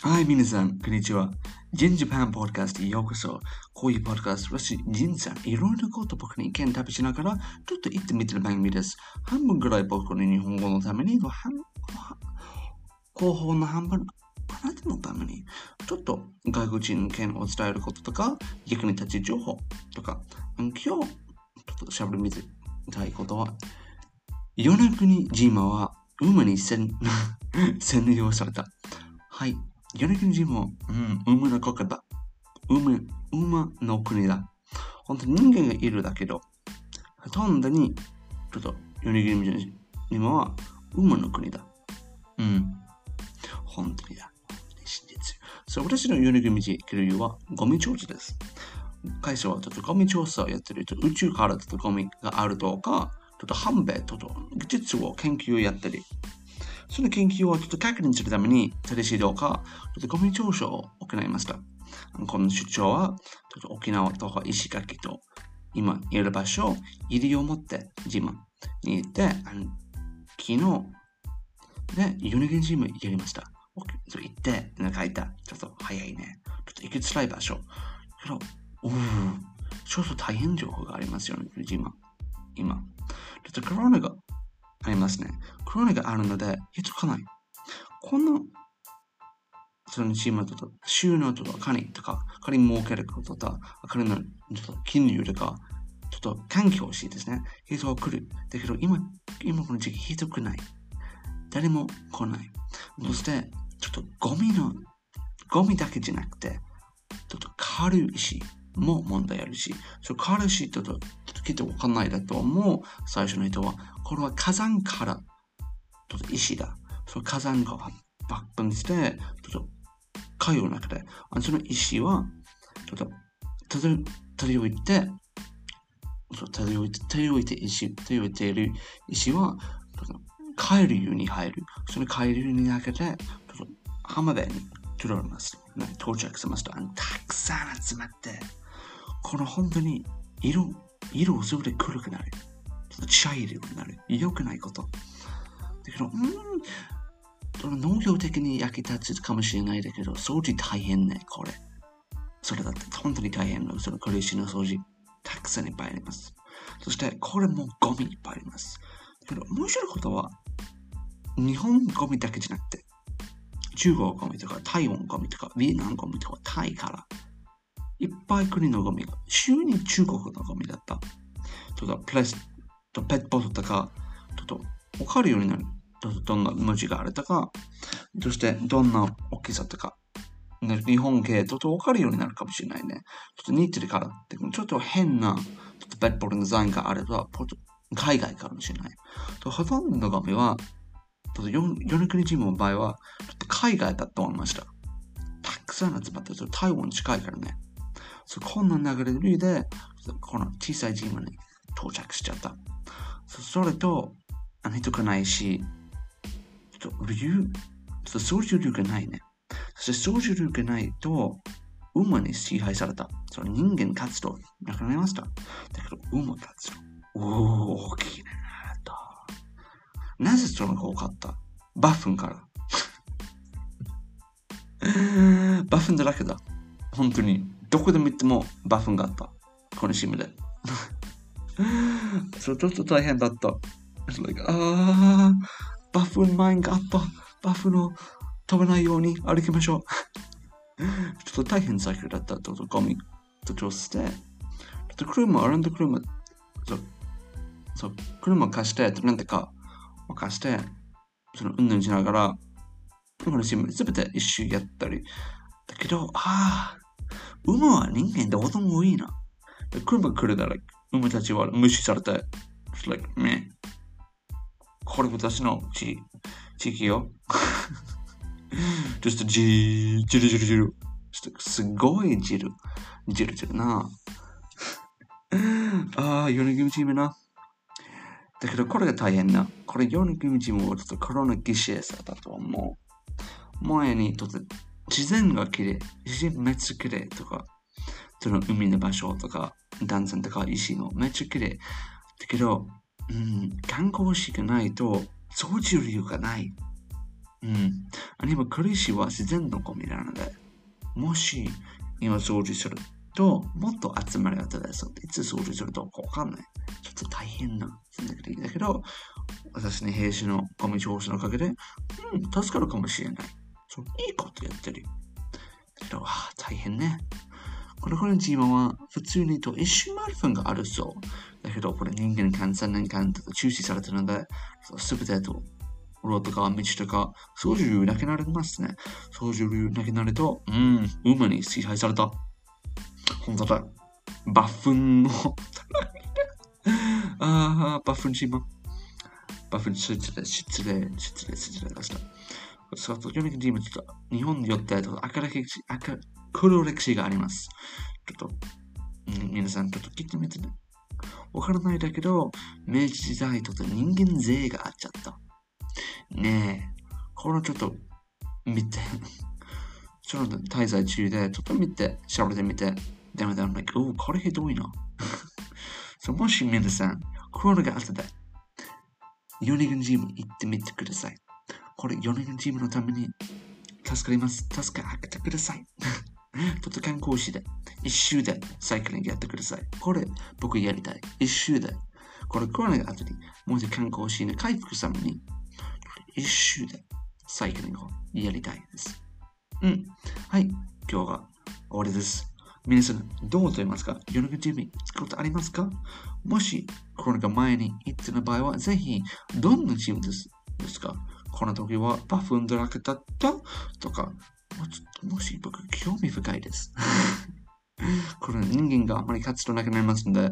はい、皆さん、こんにちは。ジンジャパンポッドキャストへようこそ。こういうポッドキャストは、ジンさん、いろんなこと僕に意見旅しながら、ちょっと言ってみてる番組です。半分ぐらい僕の日本語のために、後方の半分、あなたのために、ちょっと外国人の意見を伝えることとか、役に立つ情報とか、今日、ちょっと喋りみたいことは、与那国島は馬に占領された。はい。与那国島は、馬の国だ。馬の国だ。本当に人間がいるだけど、ほとんどに、ちょっと、与那国島は馬の国だ。本当にだ。真実。そう、私の与那国島行ける理由は、ゴミ調査です。会社はちょっとゴミ調査をやってると、宇宙からちょっとゴミがあるとか、ちょっと判別と技術を研究をやったり、その研究をちょっと確認するために、テレシドか、ちょっとゴミ調査を行いました。この出張は、ちょっと沖縄とか石垣と、今いる場所、西表島に行って、昨日、ね、与那国島やりました。それ行って、書いた。ちょっと早いね。ちょっと行きづらい場所。けど、ちょっと大変情報がありますよね、島。今。ちょっとコロナがありますね。コロナがあるので、行かない。この、その島とか、収納とか、金とか、金儲けることとか、金の金融とか、ちょっと環境欲しいですね。人が来る。だけど、今この時期人来ない。誰も来ない。そして、ちょっとゴミだけじゃなくて、ちょっと軽石も問題あるし、軽石ちょっときっとわかんないだと思う。最初の人は、これは火山からちょっと石だ。火山が爆発して、ちょっと海洋の中で、その石は、ちょっと漂いている石は、海流に入る。その海流に中で、浜辺に到着しました。たくさん集まって、この本当に色それで黒くなる。茶色になる。良くないこと。だけど、農業的に役立つかもしれないだけど、掃除大変ね、これ。それだって本当に大変な、その軽石の掃除、たくさんいっぱいあります。そして、これもゴミいっぱいあります。だけど、面白いことは、日本ゴミだけじゃなくて、中国ゴミとか、台湾ゴミとか、ビエナムゴミとか、タイから、いっぱい国のゴミが、週に中国のゴミだった。ちょっとペットボトルとか、ちょっとわかるようになる。どんな文字があるとか、そしてどんな大きさとか、日本系ちょっとわかるようになるかもしれないね。ちょっと似てるからって、ちょっと変なペットボトルのデザインがあれば、海外かもしれない。ほとんどのゴミは、与那国島の場合は、ちょっと海外だと思いました。たくさん集まって、台湾近いからね。こんな流れで、この小さい島に到着しちゃった。それと、人がないし、操縦力がないね。そして操縦力がないと、馬に支配された。その人間活動なくなりました。だけど、馬活動。大きいね。なぜその子多かったバフンから。バフンだらけだ。本当に。どこで見てもバフンがあった。この島で。ちょっと大変だった。バフン前があった。バフンを飛ばないように歩きましょう。ちょっと大変最悪だった。ゴミとして、車貸して、なんてか貸して、運転しながら、この島ですべて一周やったり。だけど、馬は人間どうでもいいな。車来るなら、馬たちは無視されて、これ私の地域よ。ちょっとじる。すごいじるな。与那国島な。だけどこれが大変な。これ与那国島はちょっとコロナ犠牲さだと思う。前にとって自然が綺麗、自然めっちゃ綺麗とか、その海の場所とか、段差とか石のめっちゃ綺麗。だけど、観光しかないと、操縦力がない。 今、苦しは自然のゴミなので、もし今掃除すると、もっと集まりが出です。いつ掃除するとかわかんない。ちょっと大変な選択的だけど、私の兵士のゴミ調子のおかげで、助かるかもしれない。そう、いいことやってる。だけど、大変ね。これのチームは普通にと一周回る分があるそう。だけど、これ人間間3年間と中止されてるので、すべてと、路とか道とか、操縦流なくなりますね。操縦流なくなると、馬に支配された。本当だ。バッフンのバッフンチーム。バッフン失礼でした。そう、ヨニクチームちょっと日本によって黒歴史があります。ちょっと、皆さんちょっと聞いてみてね。わからないだけど、明治時代と人間税があっちゃった。ねえ、これちょっと見て。ちょっと滞在中で、ちょっと見て、調べてみて。でも、これひどいな。もし皆さん、これがあったで、ヨニグンチーム行ってみてください。これ、ヨニグンチームのために助かります。助けあげてください。ちょっと観光地で、一周でサイクリングやってください。これ、僕やりたい。一周で。これ、コロナが後に、もう一度観光地に回復するために、一周でサイクリングをやりたいです。はい、今日が終わりです。皆さん、どうと言いますか？ヨニグンチームに使うことありますか？もし、コロナが前に行っての場合は、ぜひ、どんなチームですか？この時はバフンドラクだったとか、もし僕、興味深いです。これ人間があまり活動なくなりますので、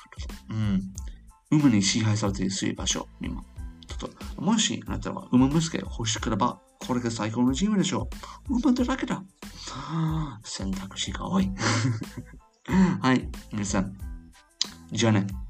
馬に支配されているそういう場所にも。もしあなたは馬娘が欲しければ、これが最高のチームでしょう。馬だらけだ。選択肢が多い。はい、皆さん。じゃあね。